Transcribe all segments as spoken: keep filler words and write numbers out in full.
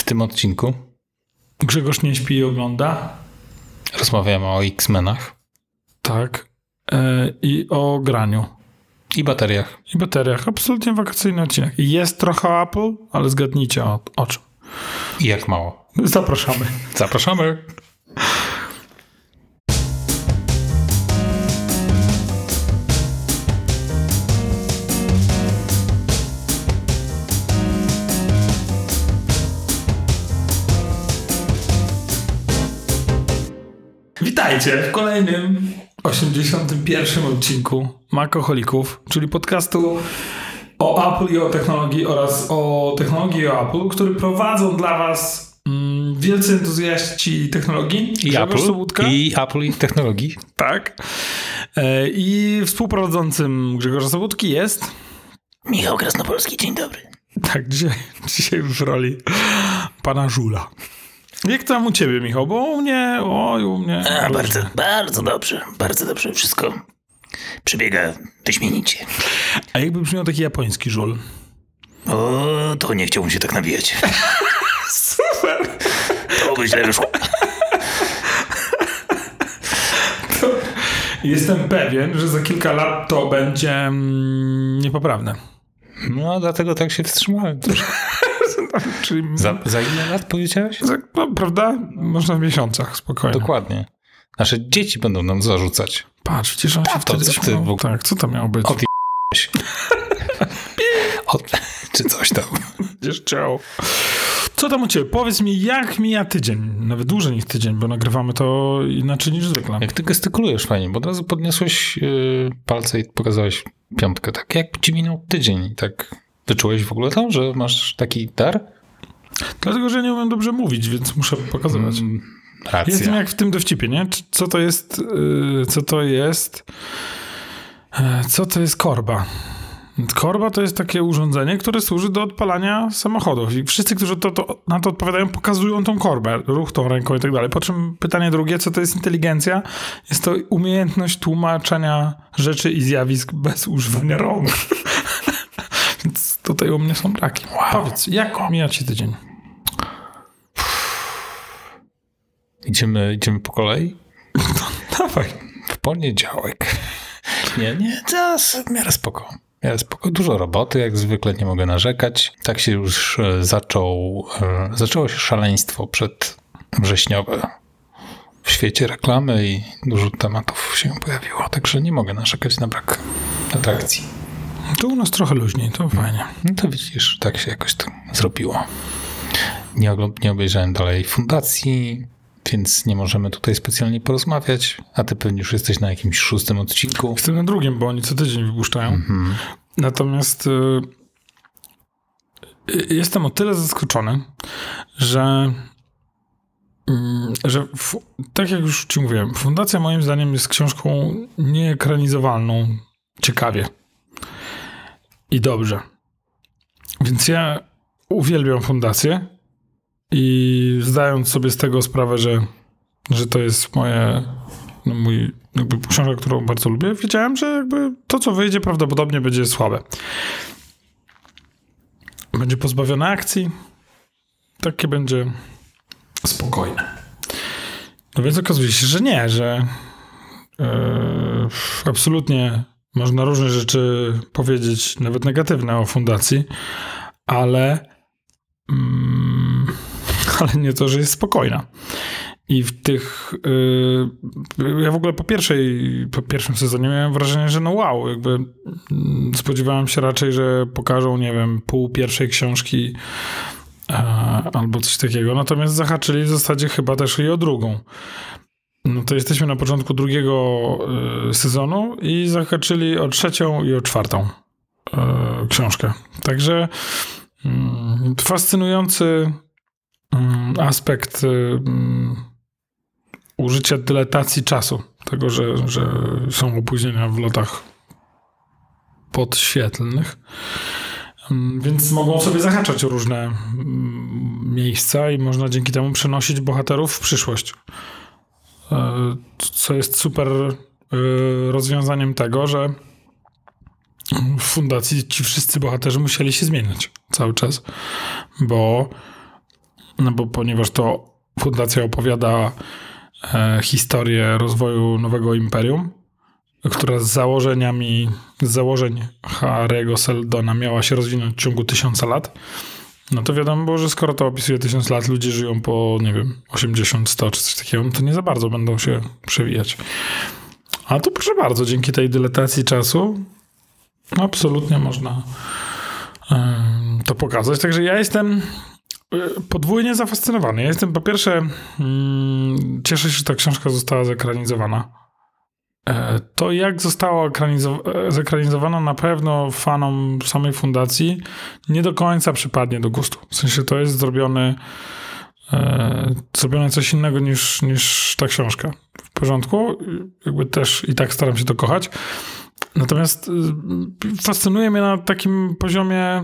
tym odcinku Grzegorz nie śpi i ogląda. Rozmawiamy o X-Menach. Tak. Yy, I o graniu. I bateriach. I bateriach. Absolutnie wakacyjny odcinek. Jest trochę o Apple, ale zgadnijcie o, o czym. I jak mało. Zapraszamy. Zapraszamy. Witajcie w kolejnym osiemdziesiątym pierwszym odcinku Macoholików, czyli podcastu o Apple i o technologii oraz o technologii i o Apple, który prowadzą dla was mm, wielcy entuzjaści technologii. I Apple, Sobótka. I Apple i technologii. Tak. E, I współprowadzącym Grzegorza Sobótki jest Michał Krasnopolski, dzień dobry. Tak, dzisiaj, dzisiaj w roli pana Żula. Jak tam u ciebie, Michał? Bo u mnie, oj, u mnie... A, bardzo, bardzo dobrze, bardzo dobrze. Wszystko przebiega wyśmienicie. A jakby brzmiał taki japoński żul? O, to nie chciałbym się tak nawijać. Super! To by źle wyszło. To jestem pewien, że za kilka lat to będzie mm, niepoprawne. No, dlatego tak się wstrzymałem. Czyli... Za, za ile lat powiedziałeś? Za, no, prawda? Można w miesiącach, spokojnie. Dokładnie. Nasze dzieci będą nam zarzucać. Patrz, przecież on się Tato, wtedy co ty śmiał. w ogóle- Tak, co to miało być? Od Od, czy coś tam. Będziesz chciał. Co tam u ciebie? Powiedz mi, jak mija tydzień? Nawet dłużej niż tydzień, bo nagrywamy to inaczej niż zwykle. Jak ty gestykulujesz fajnie, bo od razu podniosłeś yy, palce i pokazałeś piątkę. Tak jak ci minął tydzień i tak wyczułeś w ogóle to, że masz taki dar? Dlatego, że nie umiem dobrze mówić, więc muszę pokazywać. Mm, racja. Jestem jak w tym dowcipie, nie? Czy- Co to jest... Yy, co to jest... Yy, co to jest korba? Korba to jest takie urządzenie, które służy do odpalania samochodów. I wszyscy, którzy to, to, na to odpowiadają, pokazują tą korbę, ruch tą ręką i tak dalej. Po czym pytanie drugie, co to jest inteligencja? Jest to umiejętność tłumaczenia rzeczy i zjawisk bez używania rąk. Więc tutaj u mnie są braki. Wow. Powiedz, jak mija ci tydzień? Idziemy, idziemy po kolei? Dawaj. W poniedziałek. Nie, nie, teraz w miarę spoko. W miarę spoko. Dużo roboty, jak zwykle, nie mogę narzekać. Tak się już e, zaczął, e, zaczęło się szaleństwo przedwrześniowe w świecie reklamy i dużo tematów się pojawiło, także nie mogę narzekać na brak atrakcji. To u nas trochę luźniej, to fajnie. No to widzisz, tak się jakoś to zrobiło. Nie, ogl- nie obejrzałem dalej fundacji, więc nie możemy tutaj specjalnie porozmawiać, a ty pewnie już jesteś na jakimś szóstym odcinku. Jestem na drugim, bo oni co tydzień wypuszczają. Mhm. Natomiast y, y, jestem o tyle zaskoczony, że, y, że f, tak jak już ci mówiłem, Fundacja moim zdaniem jest książką nieekranizowalną ciekawie i dobrze. Więc ja uwielbiam Fundację i zdając sobie z tego sprawę, że, że to jest moje, no mój jakby książka, którą bardzo lubię, wiedziałem, że jakby to, co wyjdzie, prawdopodobnie będzie słabe. Będzie pozbawione akcji. Takie będzie spokojne. No więc okazuje się, że nie, że yy, absolutnie można różne rzeczy powiedzieć, nawet negatywne o Fundacji, ale mm, ale nie to, że jest spokojna. I w tych... Yy, ja w ogóle po pierwszej, po pierwszym sezonie miałem wrażenie, że no wow, jakby yy, spodziewałem się raczej, że pokażą, nie wiem, pół pierwszej książki yy, albo coś takiego. Natomiast zahaczyli w zasadzie chyba też i o drugą. No to jesteśmy na początku drugiego yy, sezonu i zahaczyli o trzecią i o czwartą yy, książkę. Także yy, fascynujący yy, aspekt yy, użycia dyletacji czasu. Tego, że, że są opóźnienia w lotach podświetlnych. Więc mogą sobie zahaczać o różne miejsca i można dzięki temu przenosić bohaterów w przyszłość. Co jest super rozwiązaniem tego, że w Fundacji ci wszyscy bohaterzy musieli się zmieniać cały czas, bo no bo ponieważ to fundacja opowiada e, historię rozwoju nowego imperium, która z założeniami, z założeń Harry'ego Seldona miała się rozwinąć w ciągu tysiąca lat, no to wiadomo było, że skoro to opisuje tysiąc lat, ludzie żyją po, nie wiem, osiemdziesiąt, sto czy coś takiego, no to nie za bardzo będą się przewijać. A tu proszę bardzo, dzięki tej dyletacji czasu absolutnie można yy, to pokazać. Także ja jestem podwójnie zafascynowany. Ja jestem po pierwsze, yy, cieszę się, że ta książka została zekranizowana. To, jak została zekranizowana, na pewno fanom samej fundacji nie do końca przypadnie do gustu. W sensie to jest zrobione, e, zrobione coś innego niż, niż ta książka. W porządku, jakby też i tak staram się to kochać. Natomiast e, fascynuje mnie na takim poziomie,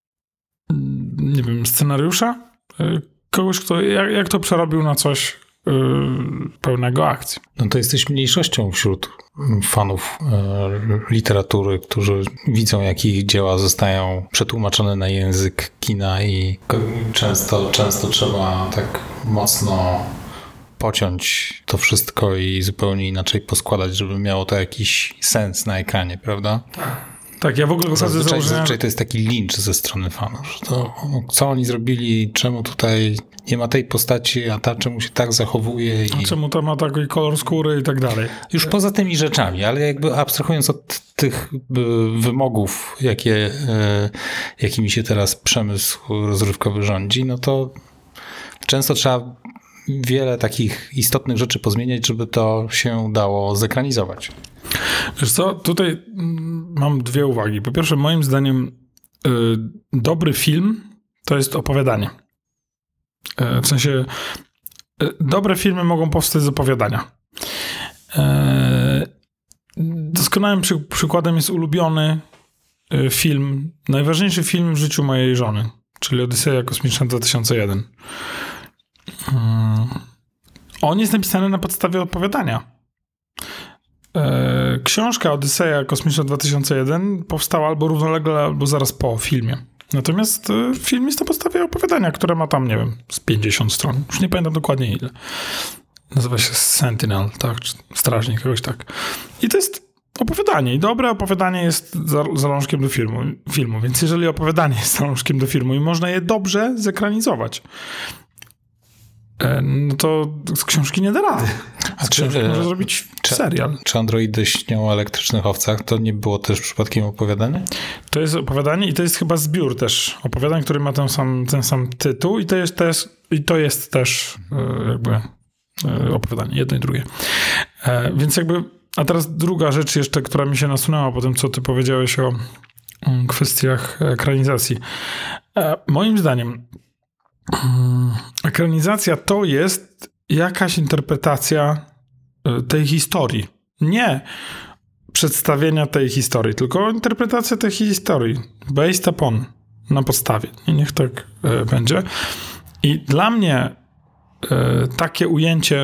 nie wiem, scenariusza. E, kogoś, kto jak, jak to przerobił na coś pełnego akcji. No to jesteś mniejszością wśród fanów e, literatury, którzy widzą, jak ich dzieła zostają przetłumaczone na język kina i często, często trzeba tak mocno pociąć to wszystko i zupełnie inaczej poskładać, żeby miało to jakiś sens na ekranie, prawda? Tak. Tak, ja w ogóle zazwyczaj, założenia... zazwyczaj to jest taki lincz ze strony fanów. Że to, co oni zrobili, czemu tutaj nie ma tej postaci, a ta czemu się tak zachowuje. I... A czemu ta ma taki kolor skóry i tak dalej. Już poza tymi rzeczami, ale jakby abstrahując od tych wymogów, jakie, jakimi się teraz przemysł rozrywkowy rządzi, no to często trzeba wiele takich istotnych rzeczy pozmieniać, żeby to się dało zekranizować. Wiesz co, tutaj mam dwie uwagi. Po pierwsze, moim zdaniem y, dobry film to jest opowiadanie. Y, w sensie y, dobre filmy mogą powstać z opowiadania. Y, doskonałym przy, przykładem jest ulubiony y, film, najważniejszy film w życiu mojej żony, czyli Odyseja Kosmiczna dwa tysiące jeden. Y, on jest napisany na podstawie opowiadania. Książka Odyseja Kosmiczna dwa tysiące jeden powstała albo równolegle, albo zaraz po filmie. Natomiast film jest na podstawie opowiadania, które ma tam, nie wiem, z pięćdziesiąt stron. Już nie pamiętam dokładnie ile. Nazywa się Sentinel, tak? Czy Strażnik, jakoś tak. I to jest opowiadanie. I dobre opowiadanie jest zalążkiem do filmu, filmu. Więc jeżeli opowiadanie jest zalążkiem do filmu i można je dobrze zekranizować, no to z książki nie da rady. A czy może zrobić czy, serial. Czy androidy śnią o elektrycznych owcach? To nie było też przypadkiem opowiadanie? To jest opowiadanie i to jest chyba zbiór też opowiadań, który ma ten sam, ten sam tytuł i to jest też, i to jest też jakby opowiadanie, jedno i drugie. Więc jakby, a teraz druga rzecz jeszcze, która mi się nasunęła po tym, co ty powiedziałeś o kwestiach ekranizacji. Moim zdaniem ekranizacja to jest jakaś interpretacja tej historii. Nie przedstawienia tej historii, tylko interpretacja tej historii. Based upon. Na podstawie. I niech tak e, będzie. I dla mnie e, takie ujęcie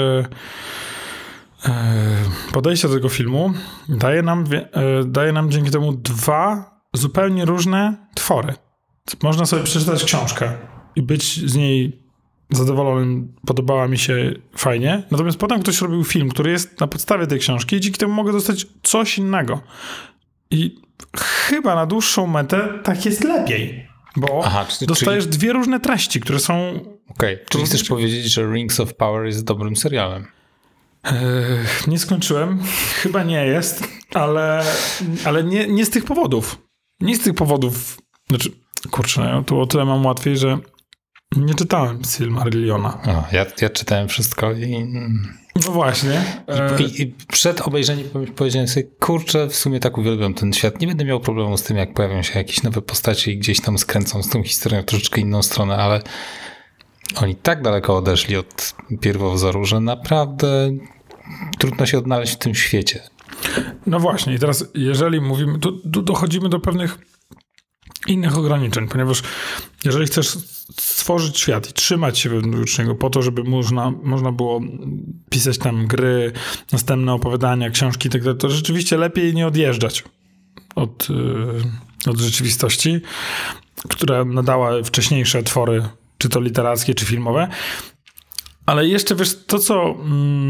e, podejścia do tego filmu daje nam, e, daje nam dzięki temu dwa zupełnie różne twory. Można sobie przeczytać książkę i być z niej zadowolonym, podobała mi się fajnie. Natomiast potem ktoś robił film, który jest na podstawie tej książki i dzięki temu mogę dostać coś innego. I chyba na dłuższą metę tak jest lepiej. Bo Aha, czyli, dostajesz czyli... dwie różne treści, które są... Okej, okay. Czyli chcesz powiedzieć, że Rings of Power jest dobrym serialem? Eee, nie skończyłem. Chyba nie jest, ale, ale nie, nie z tych powodów. Nie z tych powodów. Znaczy, kurczę, ja tu o tyle mam łatwiej, że nie czytałem Silmarilliona. O, ja, ja czytałem wszystko i... No właśnie. I, i, I przed obejrzeniem powiedziałem sobie, kurczę, w sumie tak uwielbiam ten świat. Nie będę miał problemu z tym, jak pojawią się jakieś nowe postacie i gdzieś tam skręcą z tą historią w troszeczkę inną stronę, ale oni tak daleko odeszli od pierwowzoru, że naprawdę trudno się odnaleźć w tym świecie. No właśnie. I teraz, jeżeli mówimy, to, to dochodzimy do pewnych innych ograniczeń, ponieważ jeżeli chcesz stworzyć świat i trzymać się wewnątrz niego po to, żeby można, można było pisać tam gry, następne opowiadania, książki i tak dalej, to rzeczywiście lepiej nie odjeżdżać od, yy, od rzeczywistości, która nadała wcześniejsze twory, czy czy to literackie, czy filmowe. Ale jeszcze wiesz, to co... Mm,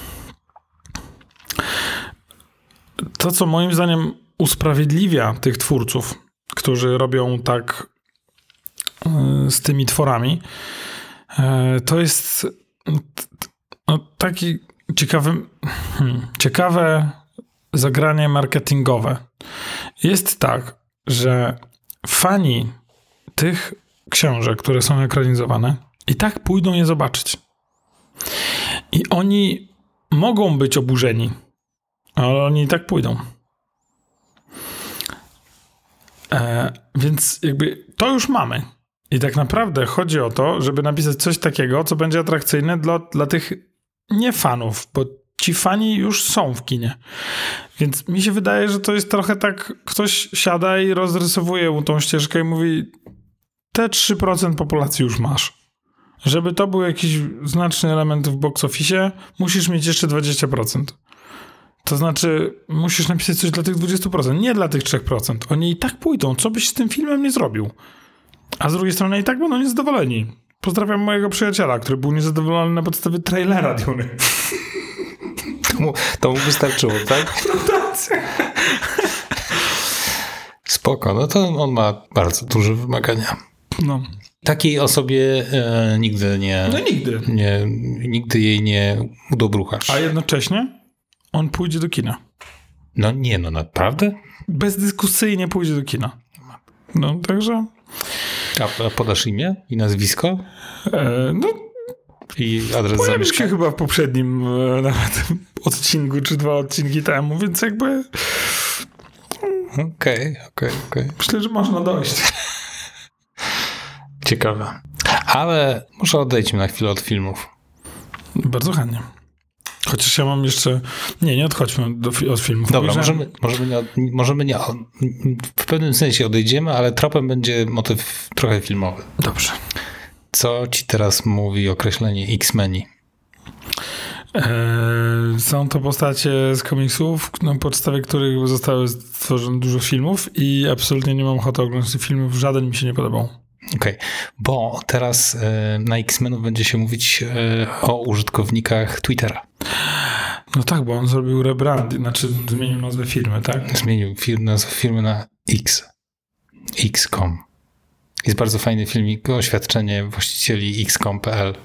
to, co moim zdaniem usprawiedliwia tych twórców, którzy robią tak y, z tymi tworami, y, to jest no, taki ciekawy, hmm, ciekawe zagranie marketingowe. Jest tak, że fani tych książek, które są ekranizowane, i tak pójdą je zobaczyć. I oni mogą być oburzeni, ale oni i tak pójdą. E, więc jakby to już mamy. I tak naprawdę chodzi o to, żeby napisać coś takiego, co będzie atrakcyjne dla, dla tych niefanów, bo ci fani już są w kinie. Więc mi się wydaje, że to jest trochę tak, ktoś siada i rozrysowuje mu tą ścieżkę i mówi, te trzy procent populacji już masz. Żeby to był jakiś znaczny element w box office, musisz mieć jeszcze dwadzieścia procent. To znaczy, musisz napisać coś dla tych dwadzieścia procent, nie dla tych trzy procent. Oni i tak pójdą, co byś z tym filmem nie zrobił. A z drugiej strony i tak będą niezadowoleni. Pozdrawiam mojego przyjaciela, który był niezadowolony na podstawie trailera Duny. To mu, to mu wystarczyło, tak? Spoko, no to on ma bardzo duże wymagania. No. Takiej osobie e, nigdy nie... No nigdy. Nie, nigdy jej nie udobruchasz. A jednocześnie on pójdzie do kina. No nie, no naprawdę? Bezdyskusyjnie pójdzie do kina. No, także... A, a podasz imię i nazwisko? E, no... I adres Pojawił zamieszkania? się chyba w poprzednim e, nawet odcinku, czy dwa odcinki temu, więc jakby... Okej, okej, okej. Okay. Myślę, że można dojść. Ciekawe. Ale może odejdźmy na chwilę od filmów. Bardzo chętnie. Chociaż ja mam jeszcze... Nie, nie odchodźmy do, od filmów. Dobra, Obejrzałem... możemy, możemy, nie, możemy nie... W pewnym sensie odejdziemy, ale tropem będzie motyw trochę filmowy. Dobrze. Co ci teraz mówi określenie X-Meni? Eee, są to postacie z komiksów, na podstawie których zostały stworzone dużo filmów i absolutnie nie mam ochoty oglądać tych filmów. Żaden mi się nie podobał. Okej, okay. Bo teraz e, na X-Menów będzie się mówić e, o użytkownikach Twittera. No tak, bo on zrobił rebranding, znaczy zmienił nazwę firmy, tak? Zmienił firmę, nazwę firmy na X. X kropka com. Jest bardzo fajny filmik, oświadczenie właścicieli X kropka com kropka p l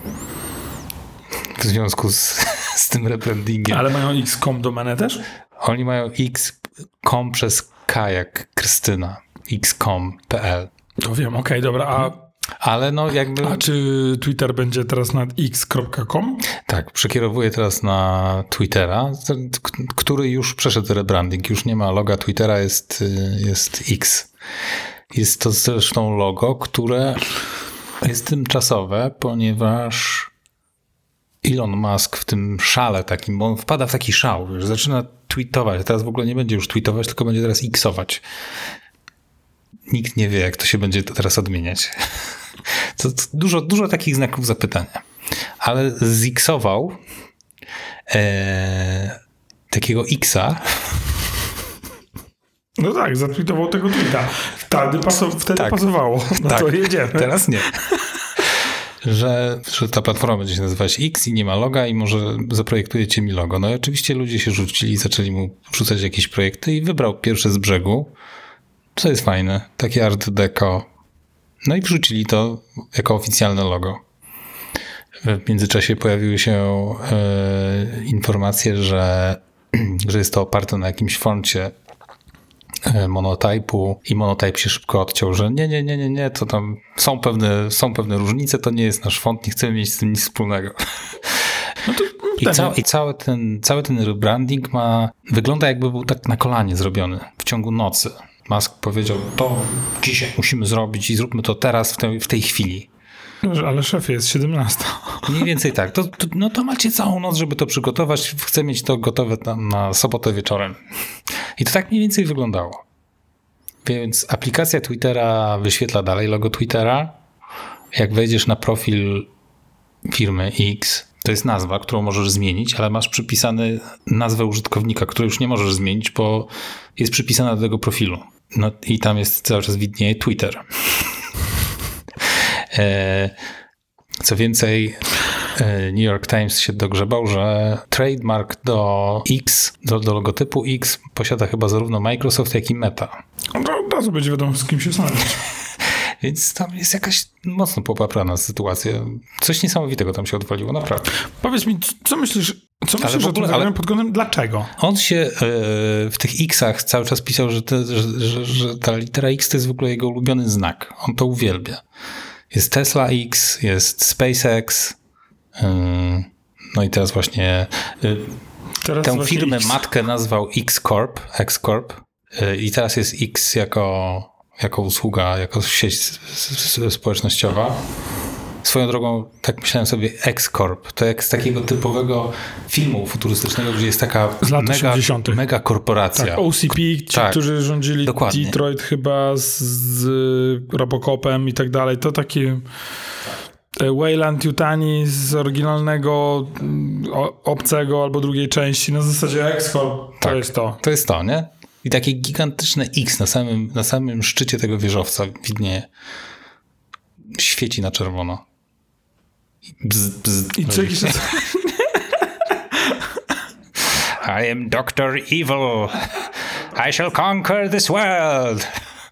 w związku z, z tym rebrandingiem. Ale mają X kropka com domenę też? Oni mają X kropka com przez K jak Krystyna. X kropka com kropka p l. To wiem, okej, okay, dobra. A, Ale no jakby... a czy Twitter będzie teraz na x kropka com? Tak, przekierowuję teraz na Twittera, który już przeszedł rebranding. Już nie ma loga Twittera, jest, jest X. Jest to zresztą logo, które jest tymczasowe, ponieważ Elon Musk w tym szale takim, bo on wpada w taki szał, wiesz, zaczyna tweetować. Teraz w ogóle nie będzie już tweetować, tylko będzie teraz Xować. Nikt nie wie, jak to się będzie teraz odmieniać. To, to dużo, dużo takich znaków zapytania. Ale ziksował e, takiego Xa. No tak, zatweetował tego tweeta. Wtedy, pasow- wtedy tak, pasowało. No tak, to jedziemy. Teraz nie. Że, że ta platforma będzie się nazywać X i nie ma loga i może zaprojektujecie mi logo. No i oczywiście ludzie się rzucili, zaczęli mu wrzucać jakieś projekty i wybrał pierwsze z brzegu. Co jest fajne, takie art deco. No i wrzucili to jako oficjalne logo. W międzyczasie pojawiły się e, informacje, że, że jest to oparte na jakimś foncie e, monotype'u i monotype się szybko odciął, że nie, nie, nie, nie, nie, to tam są pewne, są pewne różnice, to nie jest nasz font, nie chcemy mieć z tym nic wspólnego. No to, I, ca- I cały ten, cały ten rebranding ma, wygląda jakby był tak na kolanie zrobiony w ciągu nocy. Musk powiedział, to dzisiaj musimy zrobić i zróbmy to teraz, w tej, w tej chwili. Ale szefie, jest siedemnasta. Mniej więcej tak. To, to, no to macie całą noc, żeby to przygotować. Chcę mieć to gotowe na, na sobotę wieczorem. I to tak mniej więcej wyglądało. Więc aplikacja Twittera wyświetla dalej logo Twittera. Jak wejdziesz na profil firmy X, to jest nazwa, którą możesz zmienić, ale masz przypisany nazwę użytkownika, której już nie możesz zmienić, bo jest przypisana do tego profilu. No i tam jest cały czas widnieje Twitter. Co więcej, New York Times się dogrzebał, że trademark do X, do, do logotypu X posiada chyba zarówno Microsoft, jak i Meta. No, od razu będzie wiadomo, z kim się sądzić. Więc tam jest jakaś mocno popaprana sytuacja. Coś niesamowitego tam się odwaliło, naprawdę. Powiedz mi, co myślisz, co myślisz w o tym ogóle, zagraniu ale... pod kątem dlaczego? On się yy, w tych X-ach cały czas pisał, że, te, że, że, że ta litera X to jest w ogóle jego ulubiony znak. On to uwielbia. Jest Tesla X, jest SpaceX, yy, no i teraz właśnie yy, teraz tę właśnie firmę X. matkę nazwał X-Corp, X-Corp yy, i teraz jest X jako... jako usługa, jako sieć społecznościowa. Swoją drogą, tak myślałem sobie, X-Corp. To jak z takiego typowego filmu futurystycznego, gdzie jest taka mega, mega korporacja. Tak, O C P, ci, tak, którzy rządzili dokładnie. Detroit chyba z, z Robocopem i tak dalej. To taki Wayland Yutani z oryginalnego Obcego albo drugiej części. Na zasadzie X-Corp to tak, jest to. To jest to, nie? I takie gigantyczne X na samym, na samym szczycie tego wieżowca widnieje. Świeci na czerwono. Bzz, bzz, I co jakiś czas... I am Doctor Evil. I shall conquer this world.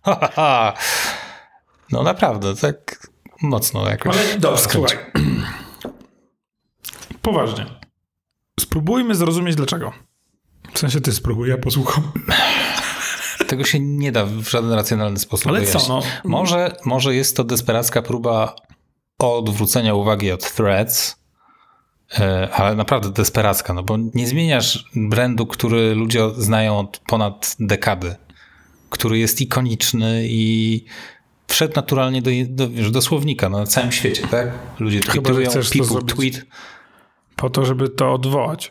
No naprawdę, tak mocno jakoś. Ale dobrze, słuchaj. Poważnie. Spróbujmy zrozumieć dlaczego. W sensie ty spróbuj, ja posłucham. Tego się nie da w żaden racjonalny sposób Ale wyjaśnić. co, no? Może, może jest to desperacka próba odwrócenia uwagi od Threads, ale naprawdę desperacka, no bo nie zmieniasz brandu, który ludzie znają od ponad dekady, który jest ikoniczny i wszedł naturalnie do, do, wiesz, do słownika no, na całym świecie, tak? Ludzie tweetują, people tweet. Po to, żeby to odwołać.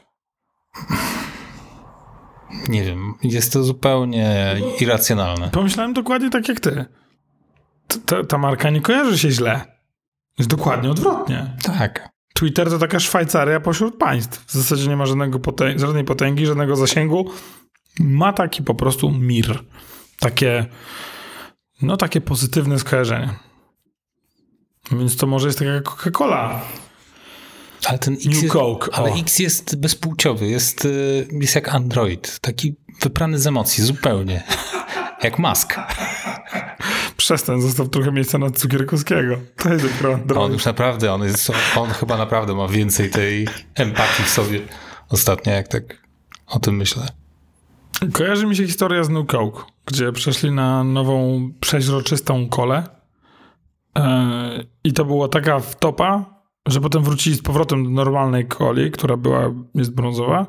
Nie wiem, jest to zupełnie irracjonalne. Pomyślałem dokładnie tak jak ty. Ta, ta marka nie kojarzy się źle. Jest dokładnie odwrotnie. Tak. Twitter to taka Szwajcaria pośród państw. W zasadzie nie ma żadnego potęgi, żadnej potęgi, żadnego zasięgu. Ma taki po prostu mir. Takie, no takie pozytywne skojarzenie. Więc to może jest taka jak Coca-Cola. Ale ten X jest, ale X jest bezpłciowy, jest, jest jak Android. Taki wyprany z emocji, zupełnie. Jak Musk. Przestań, zostaw trochę miejsca na Cukierkowskiego. To jest dopiero Android. On już naprawdę, on, jest, on chyba naprawdę ma więcej tej empatii w sobie ostatnio, jak tak o tym myślę. Kojarzy mi się historia z New Coke, gdzie przeszli na nową, przeźroczystą kolę yy, i to była taka wtopa, że potem wrócili z powrotem do normalnej coli, która była, jest brązowa.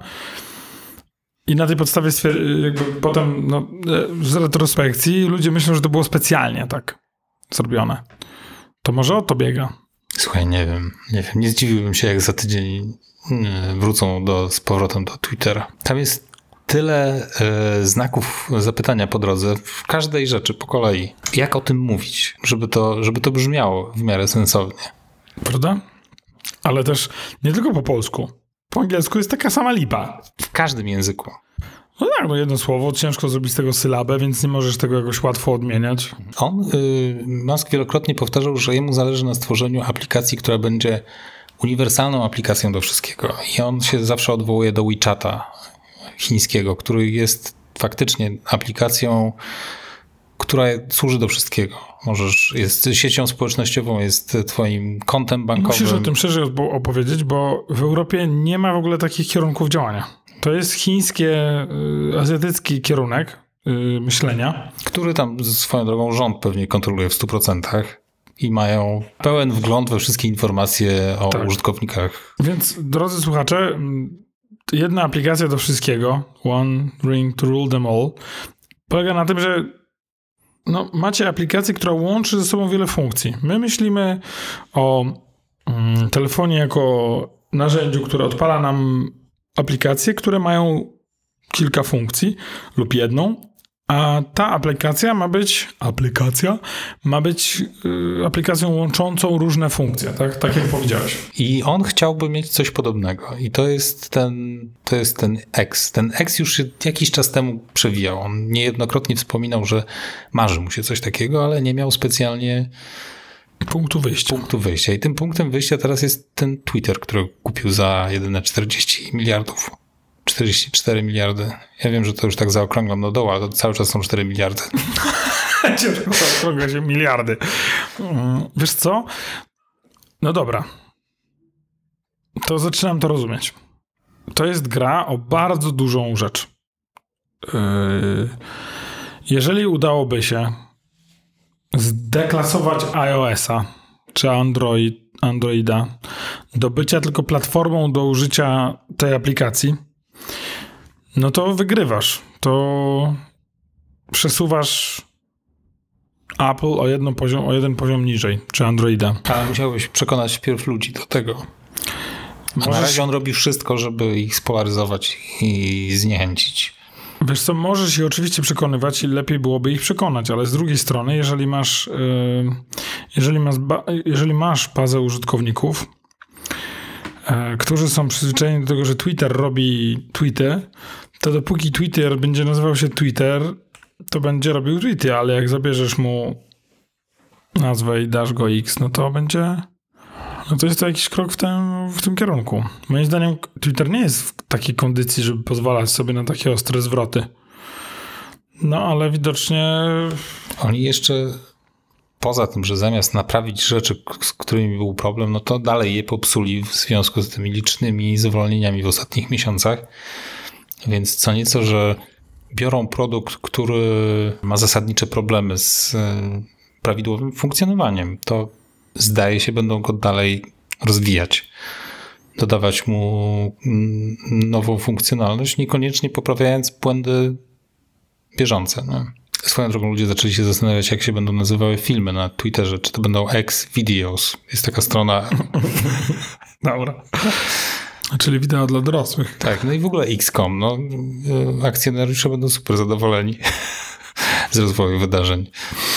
I na tej podstawie stwier- jakby potem no, z retrospekcji ludzie myślą, że to było specjalnie tak zrobione. To może o to biega. Słuchaj, nie wiem. Nie wiem. Nie zdziwiłbym się, jak za tydzień wrócą do, z powrotem do Twittera. Tam jest tyle e, znaków zapytania po drodze w każdej rzeczy po kolei. Jak o tym mówić, żeby to, żeby to brzmiało w miarę sensownie. Prawda? Ale też nie tylko po polsku. Po angielsku jest taka sama lipa. W każdym języku. No tak, no jedno słowo, ciężko zrobić z tego sylabę, więc nie możesz tego jakoś łatwo odmieniać. On, y, Musk wielokrotnie powtarzał, że jemu zależy na stworzeniu aplikacji, która będzie uniwersalną aplikacją do wszystkiego. I on się zawsze odwołuje do WeChata chińskiego, który jest faktycznie aplikacją, która służy do wszystkiego. Możesz, jest siecią społecznościową, jest twoim kontem bankowym. Musisz o tym szerzej opowiedzieć, bo w Europie nie ma w ogóle takich kierunków działania. To jest chińskie, y, azjatycki kierunek y, myślenia. Który tam swoją drogą rząd pewnie kontroluje w stu procentach i mają pełen wgląd we wszystkie informacje o tak. użytkownikach. Więc, drodzy słuchacze, jedna aplikacja do wszystkiego, One Ring to Rule Them All, polega na tym, że no, macie aplikację, która łączy ze sobą wiele funkcji. My myślimy o mm, telefonie jako narzędziu, które odpala nam aplikacje, które mają kilka funkcji lub jedną, a ta aplikacja ma być aplikacja ma być y, aplikacją łączącą różne funkcje, tak? Tak jak powiedziałeś. I on chciałby mieć coś podobnego. I to jest ten, to jest ten X. Ten X już się jakiś czas temu przewijał. On niejednokrotnie wspominał, że marzy mu się coś takiego, ale nie miał specjalnie punktu wyjścia. punktu wyjścia. I tym punktem wyjścia teraz jest ten Twitter, który kupił za jedyne czterdzieści miliardów. czterdzieści cztery miliardy. Ja wiem, że to już tak zaokrąglam do dołu, ale to cały czas są cztery miliardy. Zaokrągla się miliardy. Wiesz co? No dobra. To zaczynam to rozumieć. To jest gra o bardzo dużą rzecz. Yy, jeżeli udałoby się zdeklasować iOS-a czy Android, Androida do bycia tylko platformą do użycia tej aplikacji, no to wygrywasz. To przesuwasz Apple o, jedno poziom, o jeden poziom niżej, czy Androida. Ale musiałbyś przekonać wpierw ludzi do tego. A Możesz... na razie on robi wszystko, żeby ich spolaryzować i zniechęcić. Wiesz co, możesz się oczywiście przekonywać i lepiej byłoby ich przekonać, ale z drugiej strony, jeżeli masz, yy, jeżeli masz, ba- jeżeli masz bazę użytkowników, yy, którzy są przyzwyczajeni do tego, że Twitter robi tweety, to dopóki Twitter będzie nazywał się Twitter, to będzie robił tweety, ale jak zabierzesz mu nazwę i dasz go X, no to będzie... No to jest to jakiś krok w tym, w tym kierunku. Moim zdaniem Twitter nie jest w takiej kondycji, żeby pozwalać sobie na takie ostre zwroty. No ale widocznie... Oni jeszcze poza tym, że zamiast naprawić rzeczy, z którymi był problem, no to dalej je popsuli w związku z tymi licznymi zwolnieniami w ostatnich miesiącach. Więc co nieco, że biorą produkt, który ma zasadnicze problemy z prawidłowym funkcjonowaniem, to zdaje się, będą go dalej rozwijać. Dodawać mu nową funkcjonalność, niekoniecznie poprawiając błędy bieżące. No. Swoją drogą ludzie zaczęli się zastanawiać, jak się będą nazywały filmy na Twitterze. Czy to będą X-Videos. Jest taka strona... Dobra. Czyli wideo dla dorosłych. Tak, no i w ogóle X kropka com. No, akcjonariusze będą super zadowoleni z rozwoju wydarzeń.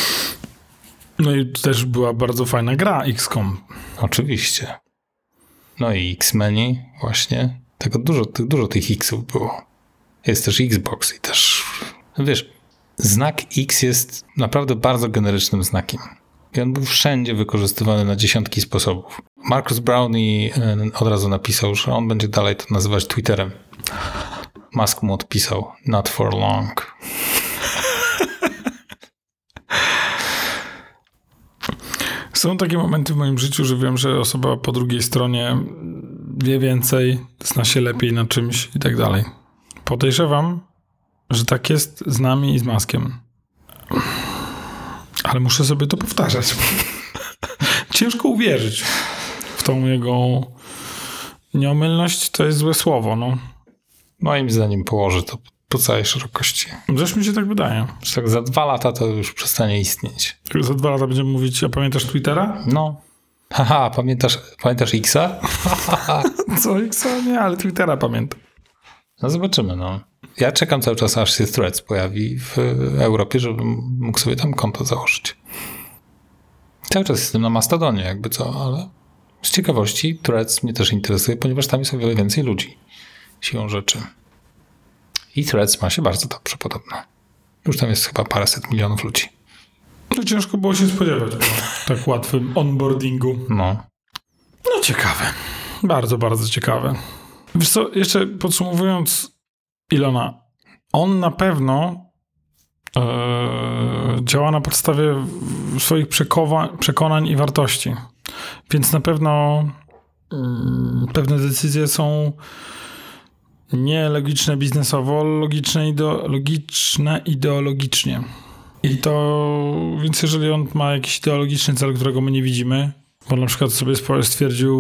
No i też była bardzo fajna gra X kropka com. Oczywiście. No i X-Meni właśnie. Tego dużo, dużo tych X-ów było. Jest też Xbox i też, wiesz, znak X jest naprawdę bardzo generycznym znakiem. I on był wszędzie wykorzystywany na dziesiątki sposobów. Marcus Brownie od razu napisał, że on będzie dalej to nazywać Twitterem. Musk mu odpisał, not for long. Są takie momenty w moim życiu, że wiem, że osoba po drugiej stronie wie więcej, zna się lepiej na czymś i tak dalej. Podejrzewam, że tak jest z nami i z Maskiem. Ale muszę sobie to powtarzać. Ciężko uwierzyć w tą jego nieomylność. To jest złe słowo, no. Moim zdaniem położy to po całej szerokości. Zresztą mi się tak wydaje. Że tak za dwa lata to już przestanie istnieć. Za dwa lata będziemy mówić, a pamiętasz Twittera? No. Haha, pamiętasz, pamiętasz Xa? Co Xa? Nie, ale Twittera pamiętam. No zobaczymy, no. Ja czekam cały czas, aż się Threads pojawi w Europie, żebym mógł sobie tam konto założyć. Cały czas jestem na Mastodonie, jakby co, ale z ciekawości Threads mnie też interesuje, ponieważ tam jest o wiele więcej ludzi. Siłą rzeczy. I Threads ma się bardzo dobrze podobno. Już tam jest chyba paręset milionów ludzi. To ciężko było się spodziewać po tak łatwym onboardingu. No. No ciekawe. Bardzo, bardzo ciekawe. Wiesz co, jeszcze podsumowując Ilona, on na pewno e, działa na podstawie swoich przekowa- przekonań i wartości. Więc na pewno mm, pewne decyzje są nie logiczne biznesowo, logiczne, ideo- logiczne ideologicznie. I to, więc jeżeli on ma jakiś ideologiczny cel, którego my nie widzimy, bo na przykład sobie stwierdził,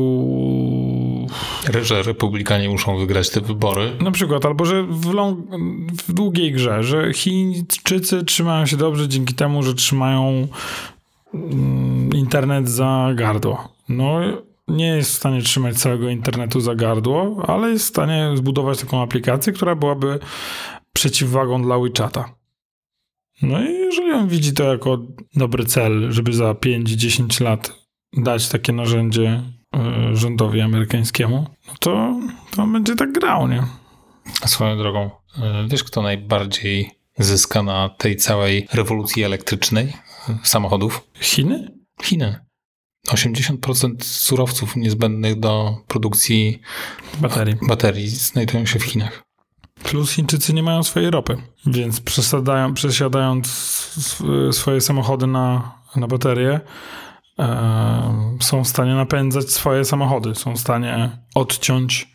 że republikanie muszą wygrać te wybory. na przykład, albo że w, long, w długiej grze, że Chińczycy trzymają się dobrze dzięki temu, że trzymają mm, internet za gardło. No, nie jest w stanie trzymać całego internetu za gardło, ale jest w stanie zbudować taką aplikację, która byłaby przeciwwagą dla WeChata. No i jeżeli on widzi to jako dobry cel, żeby za pięć do dziesięciu lat dać takie narzędzie y, rządowi amerykańskiemu, no to, to on będzie tak grał, nie? A swoją drogą, wiesz, kto najbardziej zyska na tej całej rewolucji elektrycznej samochodów? Chiny? Chiny. osiemdziesiąt procent surowców niezbędnych do produkcji baterii. baterii znajdują się w Chinach. Plus Chińczycy nie mają swojej ropy, więc przesiadają, przesiadając swoje samochody na, na baterie, e, są w stanie napędzać swoje samochody. Są w stanie odciąć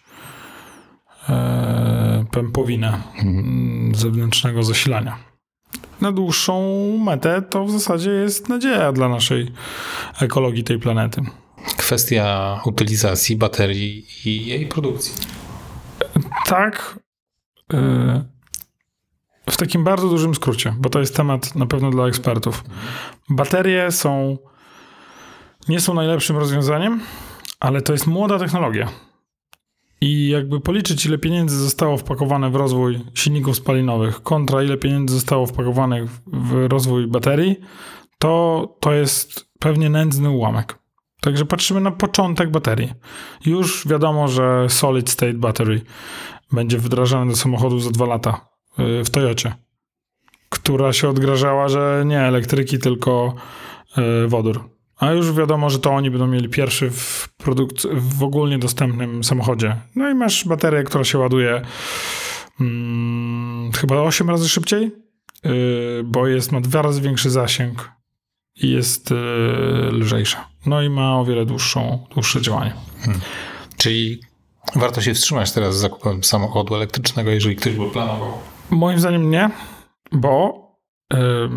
e, pępowinę mhm. zewnętrznego zasilania. Na dłuższą metę to w zasadzie jest nadzieja dla naszej ekologii tej planety. Kwestia utylizacji baterii i jej produkcji. Tak, w takim bardzo dużym skrócie, bo to jest temat na pewno dla ekspertów. Baterie są nie są najlepszym rozwiązaniem, ale to jest młoda technologia. I jakby policzyć, ile pieniędzy zostało wpakowane w rozwój silników spalinowych kontra ile pieniędzy zostało wpakowanych w rozwój baterii, to, to jest pewnie nędzny ułamek. Także patrzymy na początek baterii. Już wiadomo, że solid state battery będzie wdrażany do samochodów za dwa lata w Toyocie, która się odgrażała, że nie elektryki, tylko wodór. A już wiadomo, że to oni będą mieli pierwszy w, produkt- w ogólnie dostępnym samochodzie. No i masz baterię, która się ładuje hmm, chyba osiem razy szybciej, yy, bo jest, ma dwa razy większy zasięg i jest yy, lżejsza. No i ma o wiele dłuższą, dłuższe działanie. Hmm. Czyli warto się wstrzymać teraz z zakupem samochodu elektrycznego, jeżeli ktoś by planował? Moim zdaniem nie, bo yy,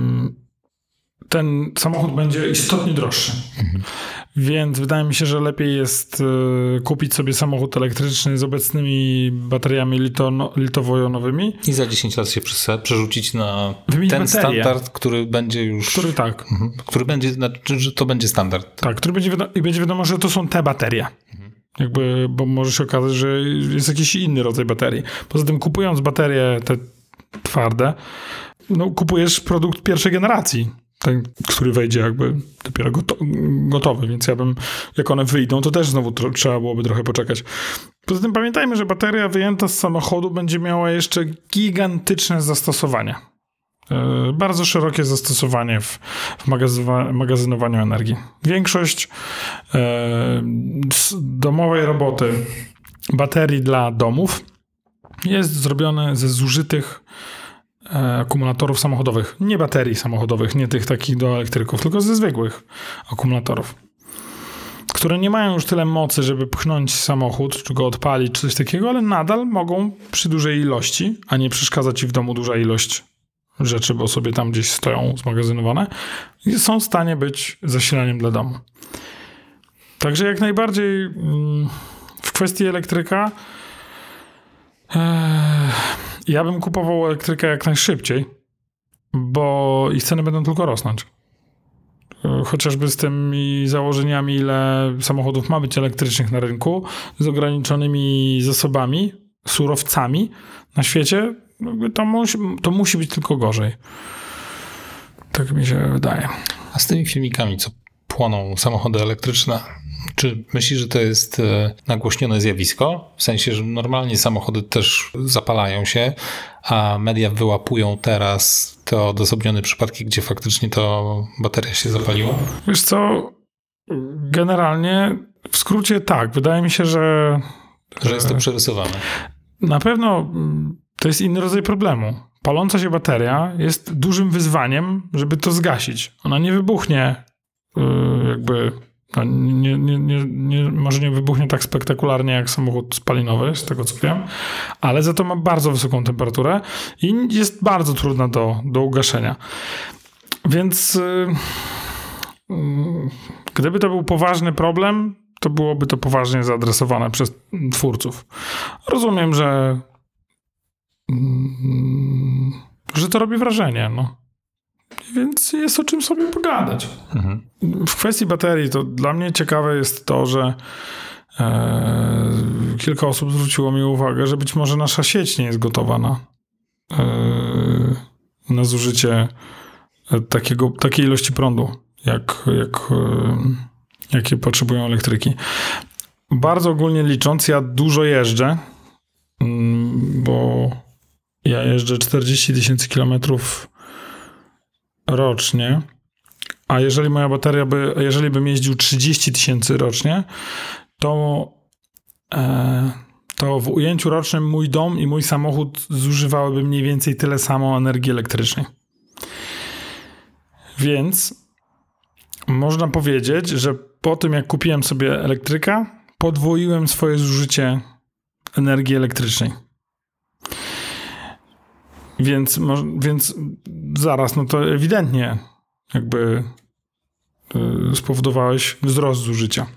ten samochód będzie istotnie droższy. Mhm. Więc wydaje mi się, że lepiej jest y, kupić sobie samochód elektryczny z obecnymi bateriami lito, litowo-jonowymi. I za dziesięć lat się przerzucić na Wymienić ten baterię, standard, który będzie już... Który tak. Mhm. Który będzie, znaczy, że to będzie standard. Tak, który będzie wiadomo, i będzie wiadomo, że to są te baterie. Mhm. Jakby, bo może się okazać, że jest jakiś inny rodzaj baterii. Poza tym kupując baterie te twarde, no kupujesz produkt pierwszej generacji. Ten, który wejdzie jakby dopiero goto- gotowy, więc ja bym, jak one wyjdą, to też znowu tro- trzeba byłoby trochę poczekać. Poza tym pamiętajmy, że bateria wyjęta z samochodu będzie miała jeszcze gigantyczne zastosowanie. Yy, bardzo szerokie zastosowanie w, w magazywa- magazynowaniu energii. Większość yy, domowej roboty baterii dla domów jest zrobione ze zużytych akumulatorów samochodowych. Nie baterii samochodowych, nie tych takich do elektryków, tylko ze zwykłych akumulatorów, które nie mają już tyle mocy, żeby pchnąć samochód, czy go odpalić, czy coś takiego, ale nadal mogą przy dużej ilości, a nie przeszkadza ci w domu duża ilość rzeczy, bo sobie tam gdzieś stoją zmagazynowane, i są w stanie być zasilaniem dla domu. Także jak najbardziej w kwestii elektryka ja bym kupował elektrykę jak najszybciej, bo ich ceny będą tylko rosnąć. Chociażby z tymi założeniami, ile samochodów ma być elektrycznych na rynku, z ograniczonymi zasobami, surowcami na świecie, to musi, to musi być tylko gorzej. Tak mi się wydaje. A z tymi filmikami, co płoną samochody elektryczne, czy myślisz, że to jest nagłośnione zjawisko? W sensie, że normalnie samochody też zapalają się, a media wyłapują teraz te odosobnione przypadki, gdzie faktycznie to bateria się zapaliła? Wiesz co, generalnie w skrócie tak. Wydaje mi się, że... Że jest to przerysowane. Na pewno to jest inny rodzaj problemu. Paląca się bateria jest dużym wyzwaniem, żeby to zgasić. Ona nie wybuchnie jakby... No, nie, nie, nie, nie, może nie wybuchnie tak spektakularnie jak samochód spalinowy, z tego co wiem, ale za to ma bardzo wysoką temperaturę i jest bardzo trudna do, do ugaszenia. Więc yy, yy, gdyby to był poważny problem, to byłoby to poważnie zaadresowane przez twórców. Rozumiem, że yy, że to robi wrażenie, no. Więc jest o czym sobie pogadać. Mhm. W kwestii baterii to dla mnie ciekawe jest to, że e, kilka osób zwróciło mi uwagę, że być może nasza sieć nie jest gotowa na, e, na zużycie takiego, takiej ilości prądu, jak, jak, e, jakie potrzebują elektryki. Bardzo ogólnie licząc, ja dużo jeżdżę, bo ja jeżdżę czterdzieści tysięcy kilometrów rocznie, A jeżeli moja bateria by, jeżeli bym jeździł trzydzieści tysięcy rocznie, to, e, to w ujęciu rocznym mój dom i mój samochód zużywałyby mniej więcej tyle samo energii elektrycznej. Więc można powiedzieć, że po tym jak kupiłem sobie elektryka, podwoiłem swoje zużycie energii elektrycznej. Więc, więc zaraz, no to ewidentnie jakby spowodowałeś wzrost zużycia.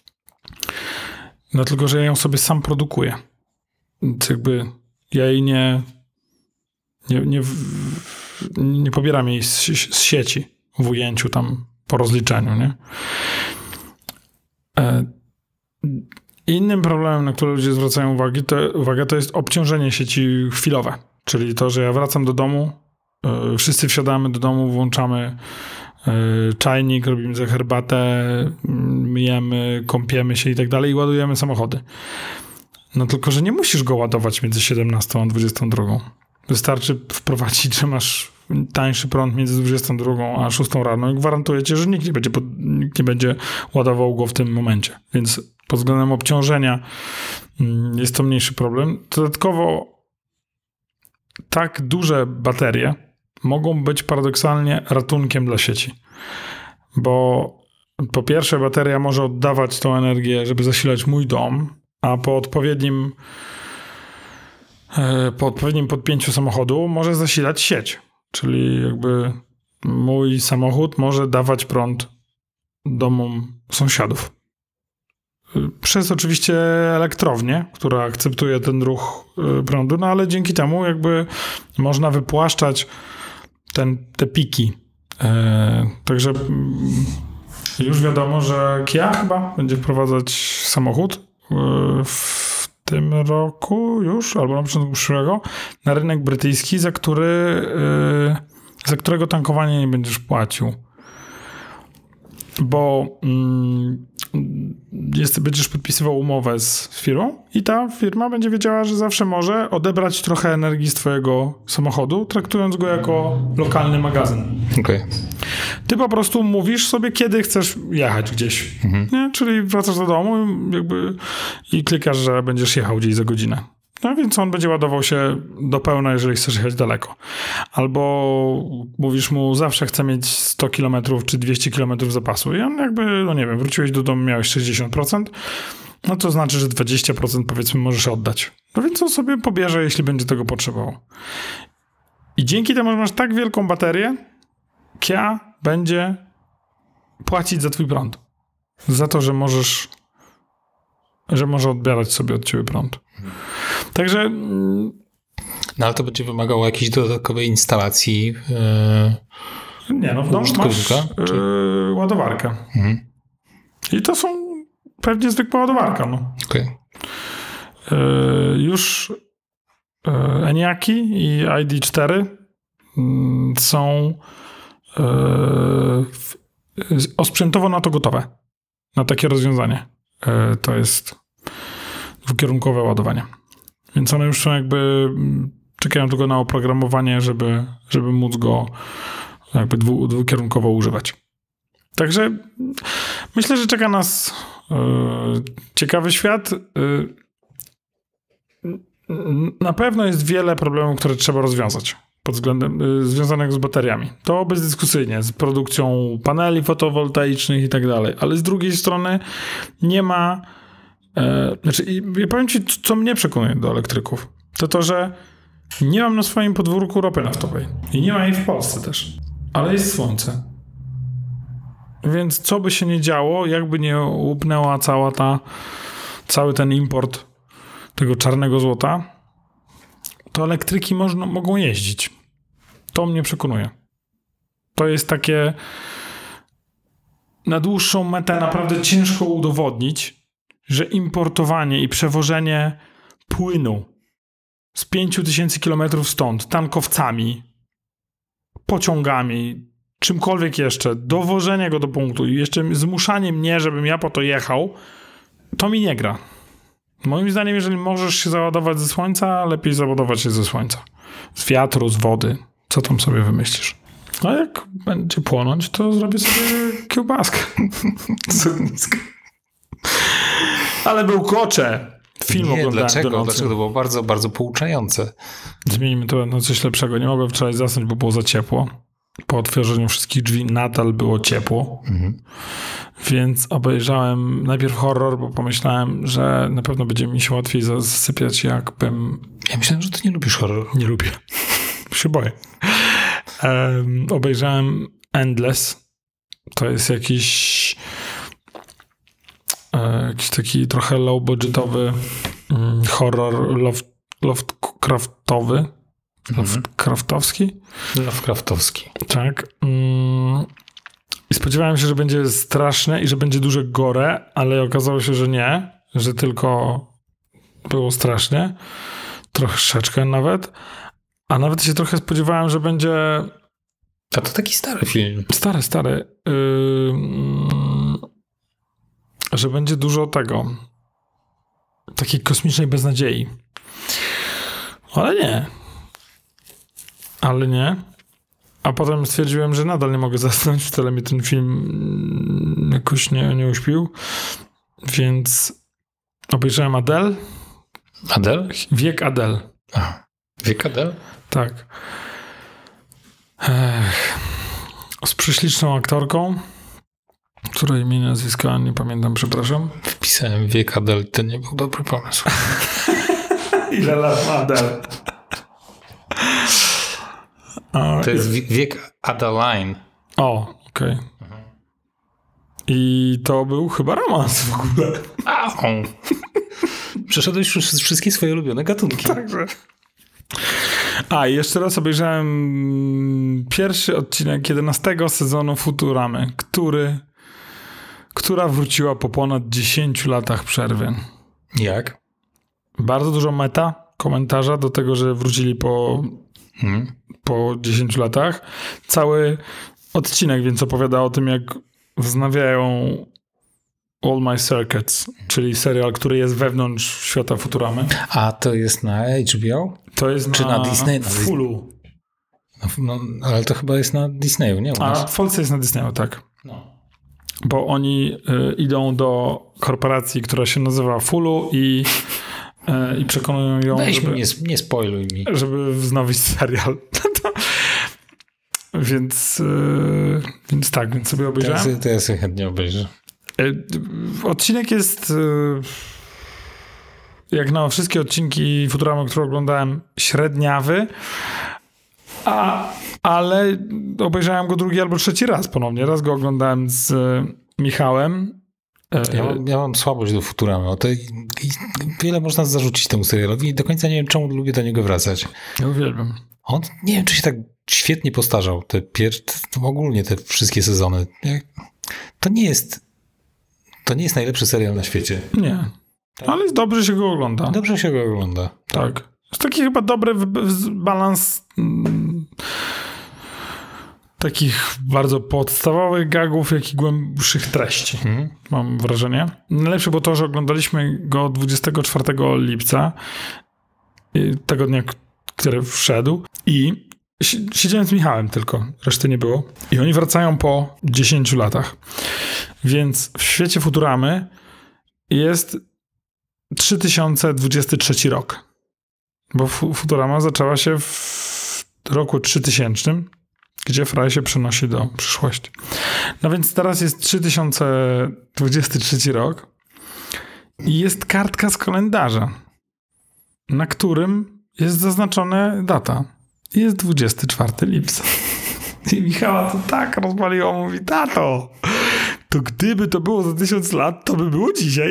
No tylko, że ja ją sobie sam produkuję. Więc jakby ja jej nie nie, nie, nie pobieram jej z, z sieci w ujęciu tam po rozliczeniu, nie? E, innym problemem, na który ludzie zwracają uwagę, to, uwagę, to jest obciążenie sieci chwilowe. Czyli to, że ja wracam do domu, e, wszyscy wsiadamy do domu, włączamy e, czajnik, robimy za herbatę, myjemy, kąpiemy się i tak dalej i ładujemy samochody. No tylko, że nie musisz go ładować między siedemnastą a dwudziestą drugą. Wystarczy wprowadzić, że masz tańszy prąd między dwudziestą drugą a szóstą rano i gwarantuję ci, że nikt nie będzie, nikt nie będzie ładował go w tym momencie. Więc pod względem obciążenia jest to mniejszy problem. Dodatkowo tak duże baterie mogą być paradoksalnie ratunkiem dla sieci. Bo po pierwsze bateria może oddawać tą energię, żeby zasilać mój dom, a po odpowiednim po odpowiednim podpięciu samochodu może zasilać sieć. Czyli jakby mój samochód może dawać prąd domom sąsiadów. Przez oczywiście elektrownię, która akceptuje ten ruch prądu, no ale dzięki temu jakby można wypłaszczać ten, te piki. E, także już wiadomo, że Kia chyba będzie wprowadzać samochód w tym roku już, albo na początku przyszłego, na rynek brytyjski, za który, yy, za którego tankowanie nie będziesz płacił. Bo yy, jest, będziesz podpisywał umowę z firmą i ta firma będzie wiedziała, że zawsze może odebrać trochę energii z twojego samochodu, traktując go jako lokalny magazyn. Okay. Ty po prostu mówisz sobie, kiedy chcesz jechać gdzieś. Mhm. Nie? Czyli wracasz do domu jakby i klikasz, że będziesz jechał gdzieś za godzinę. No więc on będzie ładował się do pełna, jeżeli chcesz jechać daleko. Albo mówisz mu, zawsze chcę mieć sto kilometrów czy dwieście kilometrów zapasu. I on jakby, no nie wiem, wróciłeś do domu, miałeś sześćdziesiąt procent, no to znaczy, że dwadzieścia procent powiedzmy możesz oddać. No więc on sobie pobierze, jeśli będzie tego potrzebował. I dzięki temu, że masz tak wielką baterię, Kia będzie płacić za twój prąd. Za to, że możesz że może odbierać sobie od ciebie prąd. Także... No ale to będzie wymagało jakiejś dodatkowej instalacji yy, nie, no w domu masz yy, ładowarkę. Mhm. I to są pewnie zwykła ładowarka. No. Okay. Yy, już yy, Enyaqi i I D cztery yy, są yy, osprzętowo na to gotowe. Na takie rozwiązanie. Yy, to jest dwukierunkowe ładowanie. Więc one już są jakby, czekają tylko na oprogramowanie, żeby, żeby móc go jakby dwu, dwukierunkowo używać. Także myślę, że czeka nas yy, ciekawy świat. Yy, na pewno jest wiele problemów, które trzeba rozwiązać pod względem yy, związanych z bateriami. To bezdyskusyjnie, z produkcją paneli fotowoltaicznych i tak dalej. Ale z drugiej strony nie ma E, znaczy, ja powiem ci, co mnie przekonuje do elektryków. To to, że nie mam na swoim podwórku ropy naftowej. I nie ma jej w Polsce też. Ale jest słońce. Więc co by się nie działo, jakby nie upnęła cała ta, cały ten import tego czarnego złota, to elektryki można, mogą jeździć. To mnie przekonuje. To jest takie na dłuższą metę naprawdę ciężko udowodnić, że importowanie i przewożenie płynu z pięciu tysięcy kilometrów stąd, tankowcami, pociągami, czymkolwiek jeszcze, dowożenie go do punktu i jeszcze zmuszanie mnie, żebym ja po to jechał, to mi nie gra. Moim zdaniem, jeżeli możesz się załadować ze słońca, lepiej załadować się ze słońca. Z wiatru, z wody. Co tam sobie wymyślisz? A jak będzie płonąć, to zrobię sobie kiełbaskę z ogniska. Ale był kocze. Film Nie, oglądałem dlaczego? do nocy. Dlaczego? To było bardzo, bardzo pouczające. Zmienimy to na coś lepszego. Nie mogłem wczoraj zasnąć, bo było za ciepło. Po otworzeniu wszystkich drzwi nadal było ciepło. Mhm. Więc obejrzałem najpierw horror, bo pomyślałem, że na pewno będzie mi się łatwiej zasypiać, jakbym... Ja myślałem, że ty nie lubisz horroru. Nie lubię. się boję. Um, obejrzałem Endless. To jest jakiś e, jakiś taki trochę low-budgetowy mm, horror loft, Lovecraftowy. Lovecraftowski? Lovecraftowski. Tak. Mm, I spodziewałem się, że będzie straszne i że będzie duże gore, ale okazało się, że nie. Że tylko było strasznie. Troszeczkę nawet. A nawet się trochę spodziewałem, że będzie... A to taki stary film. Stary, stary. Yy, że będzie dużo tego. Takiej kosmicznej beznadziei. Ale nie. Ale nie. A potem stwierdziłem, że nadal nie mogę zasnąć. Wcale mnie ten film jakoś nie, nie uśpił. Więc obejrzałem Adele. Adele? Wiek Adele. A, Wiek Adele? Tak. Ech. Z prześliczną aktorką, której imienia, nazwiska nie pamiętam, przepraszam. Wpisałem Wiek Adele, to nie był dobry pomysł. Ile lat ma Adele? To jest Wiek Adeline. O, okej. Okay. Mhm. I to był chyba romans w ogóle. Au. Przeszedłeś przez wszystkie swoje ulubione gatunki. Także. A, i jeszcze raz obejrzałem pierwszy odcinek jedenastego sezonu Futuramy, który, która wróciła po ponad dziesięciu latach przerwy. Jak? Bardzo dużo meta, komentarza do tego, że wrócili po, hmm. po dziesięciu latach. Cały odcinek więc opowiada o tym, jak wznawiają All My Circuits, czyli serial, który jest wewnątrz świata Futuramy. A to jest na H B O? To jest Czy na, na Disney? Na Hulu. No, ale to chyba jest na Disneyu, nie? A w Polsce jest na Disneyu, tak. No. Bo oni y, idą do korporacji, która się nazywa Hulu i, y, i przekonują ją, Weź żeby, mi, nie, nie spoiluj mi. żeby wznowić serial. więc, y, więc tak, więc sobie obejrzałem. To ja, to ja sobie chętnie obejrzę. Odcinek jest jak na wszystkie odcinki Futuramy, które oglądałem, średniawy, a, ale obejrzałem go drugi albo trzeci raz ponownie. Raz go oglądałem z Michałem. Ja mam, ja mam słabość do Futuramy. O to i, i wiele można zarzucić temu serialowi i do końca nie wiem, czemu lubię do niego wracać. Ja uwielbiam. On, nie wiem, czy się tak świetnie postarzał. Te pier... Ogólnie te wszystkie sezony. To nie jest To nie jest najlepszy serial na świecie. Nie. Tak. Ale jest dobrze się go ogląda. Dobrze się go ogląda. Tak. Jest taki chyba dobry balans mm, takich bardzo podstawowych gagów, jak i głębszych treści. Hmm. Mam wrażenie. Najlepsze było to, że oglądaliśmy go dwudziestego czwartego lipca, tego dnia, który wszedł, i siedziałem z Michałem tylko, reszty nie było. I oni wracają po dziesięciu latach. Więc w świecie Futuramy jest trzy tysiące dwudziesty trzeci rok. Bo Futurama zaczęła się w roku trzytysięcznym, gdzie Fry się przenosi do przyszłości. No więc teraz jest trzy tysiące dwudziesty trzeci rok i jest kartka z kalendarza, na którym jest zaznaczona data. Jest dwudziestego czwartego lipca. I Michała to tak rozwaliło, mówi: tato, to gdyby to było za tysiąc lat, to by było dzisiaj.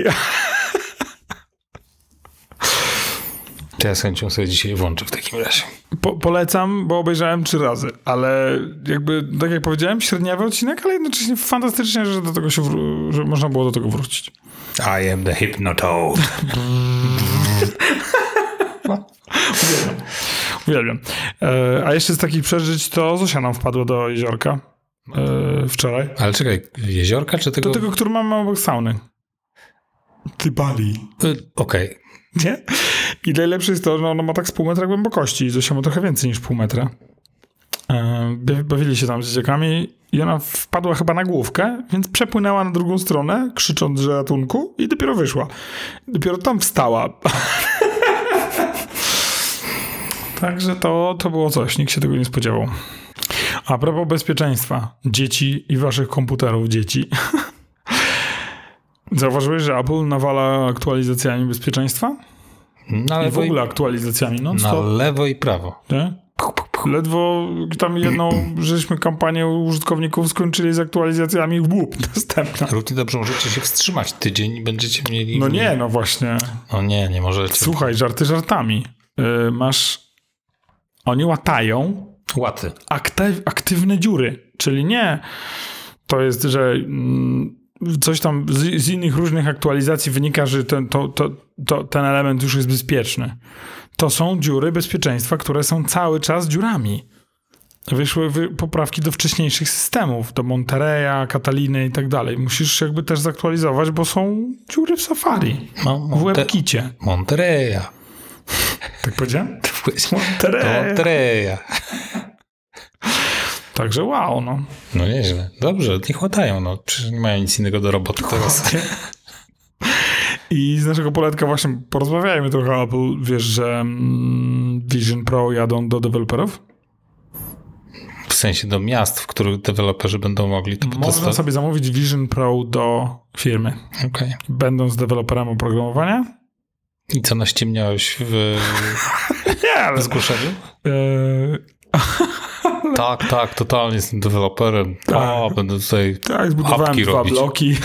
To ja z chęcią sobie dzisiaj włączę w takim razie. Po, polecam, bo obejrzałem trzy razy, ale jakby, tak jak powiedziałem, średniawy odcinek, ale jednocześnie fantastycznie, że do tego się wró- że można było do tego wrócić. I am the Hypnotoad. Uwielbiam. Uwielbiam. E, a jeszcze z takich przeżyć to Zosia nam wpadła do jeziorka e, wczoraj. Ale czekaj, jeziorka czy tego? Do tego, który mamy obok sauny. Ty Bali. Okej. Okay. Nie? I najlepsze jest to, że ona ma tak z pół metra głębokości i Zosia ma trochę więcej niż pół metra. E, bawili się tam z dzieciakami i ona wpadła chyba na główkę, więc przepłynęła na drugą stronę, krzycząc, że ratunku, i dopiero wyszła. Dopiero tam wstała. Także to, to było coś, nikt się tego nie spodziewał. A propos bezpieczeństwa dzieci i waszych komputerów dzieci. Zauważyłeś, że Apple nawala aktualizacjami bezpieczeństwa? Na I w lewo i, ogóle aktualizacjami, no na co? lewo i prawo. Nie? Ledwo tam jedną, żeśmy kampanię użytkowników skończyli z aktualizacjami, łup, następna. Równie dobrze możecie się wstrzymać tydzień i będziecie mieli... No nie, no właśnie. No nie, nie możecie. Słuchaj, żarty żartami. Yy, masz... Oni łatają Łaty. aktyw, aktywne dziury, czyli nie to jest, że mm, coś tam z, z innych różnych aktualizacji wynika, że ten, to, to, to, ten element już jest bezpieczny. To są dziury bezpieczeństwa, które są cały czas dziurami. Wyszły wy, poprawki do wcześniejszych systemów, do Montereya, Cataliny i tak dalej. Musisz jakby też zaktualizować, bo są dziury w Safari, No, w Monte- WebKicie. Monterey. Tak powiedziałem? To Monterey. Monterey. Także wow, no. No nieźle. Dobrze, niech łatają. No. Przecież nie mają nic innego do roboty teraz. I z naszego poletka właśnie porozmawiajmy trochę o Apple. Wiesz, że mm, Vision Pro jadą do deweloperów? W sensie do miast, w których deweloperzy będą mogli to Można potestować. sobie zamówić Vision Pro do firmy. Okej. Będąc deweloperem oprogramowania. I co, naściemniałeś w, Nie, ale... w zgłoszeniu? Yy, Tak, tak, totalnie jestem deweloperem. Tak. O, będę tutaj tak, zbudowałem apki dwa robić. bloki.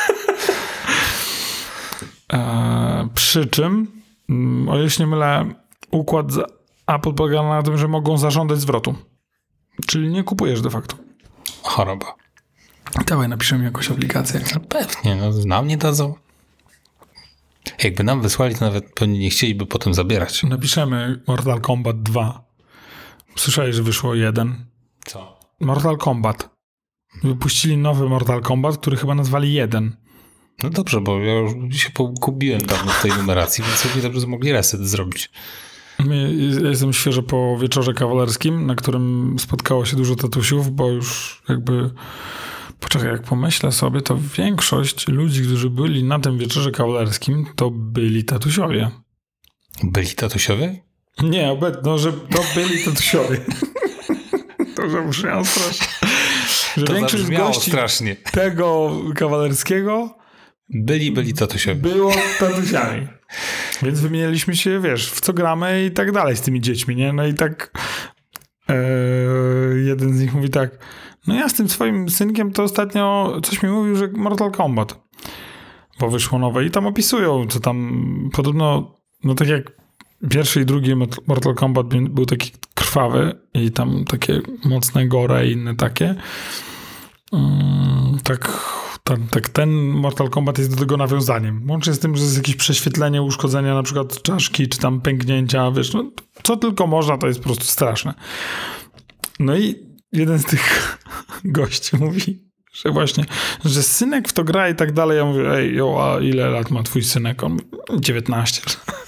e, przy czym, mm, o ile się nie mylę, układ z Apple polega na tym, że mogą zażądać zwrotu. Czyli nie kupujesz de facto. Choroba. Dawaj, napiszemy jakąś aplikację. No pewnie, no nam nie dadzą. Jakby nam wysłali, to nawet pewnie nie chcieliby potem zabierać. Napiszemy Mortal Kombat dwa. Słyszałeś, że wyszło jeden. Co? Mortal Kombat. Wypuścili nowy Mortal Kombat, który chyba nazwali jeden. No dobrze, bo ja już się pogubiłem dawno w tej numeracji, więc sobie dobrze mogli reset zrobić. My, ja jestem świeżo po wieczorze kawalerskim, na którym spotkało się dużo tatusiów, bo już jakby... Poczekaj, jak pomyślę sobie, to większość ludzi, którzy byli na tym wieczorze kawalerskim, to byli tatusiowie. Byli tatusiowie? Nie, obecnie, no, że to byli tatusiowie. To zabrzmiało strasznie. Że To większość zabrzmiało gości strasznie. tego kawalerskiego Byli, byli tatusiowie. było tatusiami. Więc wymienialiśmy się, wiesz, w co gramy i tak dalej z tymi dziećmi, nie? No i tak e, jeden z nich mówi tak, no ja z tym swoim synkiem to ostatnio coś mi mówił, że Mortal Kombat, bo wyszło nowe i tam opisują, co tam podobno, no tak jak pierwszy i drugi Mortal Kombat był taki krwawy i tam takie mocne gore i inne takie. Um, tak, tak, tak ten Mortal Kombat jest do tego nawiązaniem. Łącznie z tym, że jest jakieś prześwietlenie, uszkodzenia na przykład czaszki, czy tam pęknięcia, wiesz, no, co tylko można, to jest po prostu straszne. No i jeden z tych gości mówi, że właśnie, że synek w to gra i tak dalej. Ja mówię, ej, jo, a ile lat ma twój synek? On mówi, dziewiętnaście.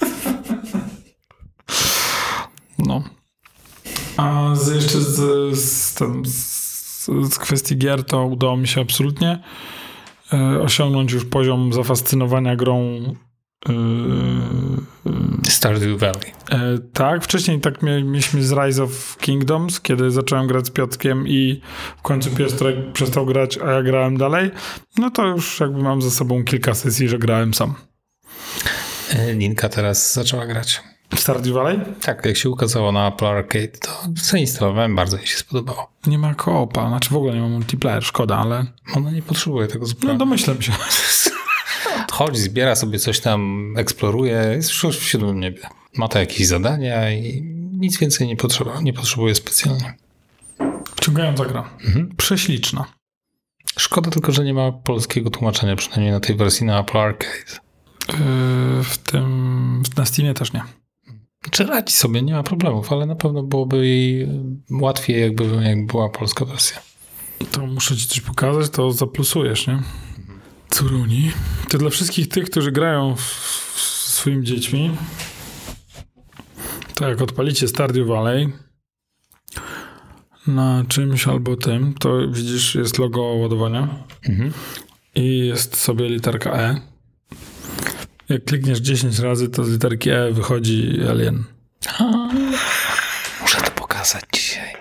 No. A z, jeszcze z, z, tam, z, z kwestii gier to udało mi się absolutnie e, osiągnąć już poziom zafascynowania grą e, e, Stardew Valley. e, tak, wcześniej tak mia- mieliśmy z Rise of Kingdoms, kiedy zacząłem grać z Piotrkiem i w końcu Piotrek przestał grać, a ja grałem dalej. No to już jakby mam za sobą kilka sesji, że grałem sam. Linka teraz zaczęła grać. Stardew Valley? Tak, jak się ukazało na Apple Arcade, to zainstalowałem, bardzo mi się spodobało. Nie ma koopa, znaczy w ogóle nie ma multiplayer, szkoda, ale Ona nie potrzebuje tego zupełnie. no domyślam się. Chodzi, zbiera sobie coś tam, eksploruje, jest już w siódmym niebie. Ma to jakieś zadania i nic więcej nie potrzeba, nie potrzebuje specjalnie. Wciągająca gra. Mhm. Prześliczna. Szkoda tylko, że nie ma polskiego tłumaczenia, przynajmniej na tej wersji na Apple Arcade. Yy, w tym, na Steamie też nie. Czy radzi sobie, nie ma problemów, ale na pewno byłoby jej łatwiej, jakby, jakby była polska wersja. To muszę ci coś pokazać, to zaplusujesz, nie? Curuni. To dla wszystkich tych, którzy grają w, w swoimi dziećmi, to jak odpalicie Stardew Valley, na czymś albo tym, to widzisz, jest logo ładowania Mhm. i jest sobie literka E. Jak klikniesz dziesięć razy, to z literki E wychodzi alien. Muszę to pokazać dzisiaj.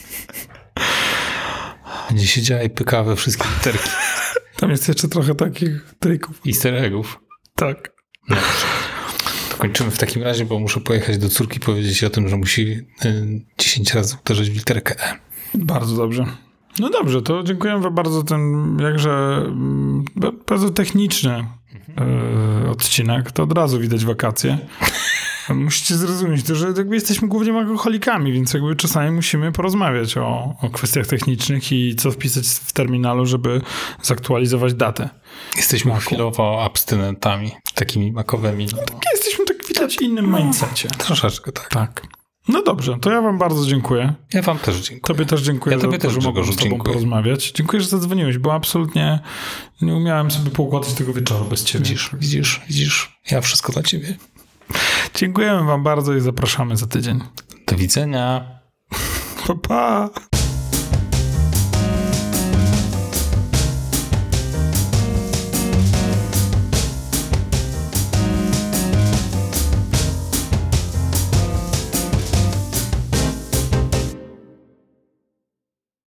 Będzie siedziała i pykała we wszystkie literki. Tam jest jeszcze trochę takich trików. Easter eggów. Tak. No. To kończymy w takim razie, bo muszę pojechać do córki i powiedzieć o tym, że musi y, dziesięć razy uderzyć w literkę E. Bardzo dobrze. No dobrze, to dziękujemy wam bardzo za ten jakże mm, bardzo techniczny y, odcinek. To od razu widać wakacje. Musicie zrozumieć to, że jakby jesteśmy głównie alkoholikami, więc jakby czasami musimy porozmawiać o, o kwestiach technicznych i co wpisać w terminalu, żeby zaktualizować datę. Jesteśmy Maku. chwilowo abstynentami, takimi makowymi. No, Jesteśmy tak widać w innym mindsetie. troszeczkę tak. Tak. No dobrze, to ja wam bardzo dziękuję. Ja wam też dziękuję. Tobie też dziękuję Ja za tobie to, też, że mogłem z Grzegorzu, tobą dziękuję. porozmawiać. Dziękuję, że zadzwoniłeś, bo absolutnie nie umiałem sobie poukładać tego wieczoru bez ciebie. Widzisz, widzisz, widzisz. Ja wszystko dla ciebie. Dziękujemy wam bardzo i zapraszamy za tydzień. Do widzenia. Pa, pa!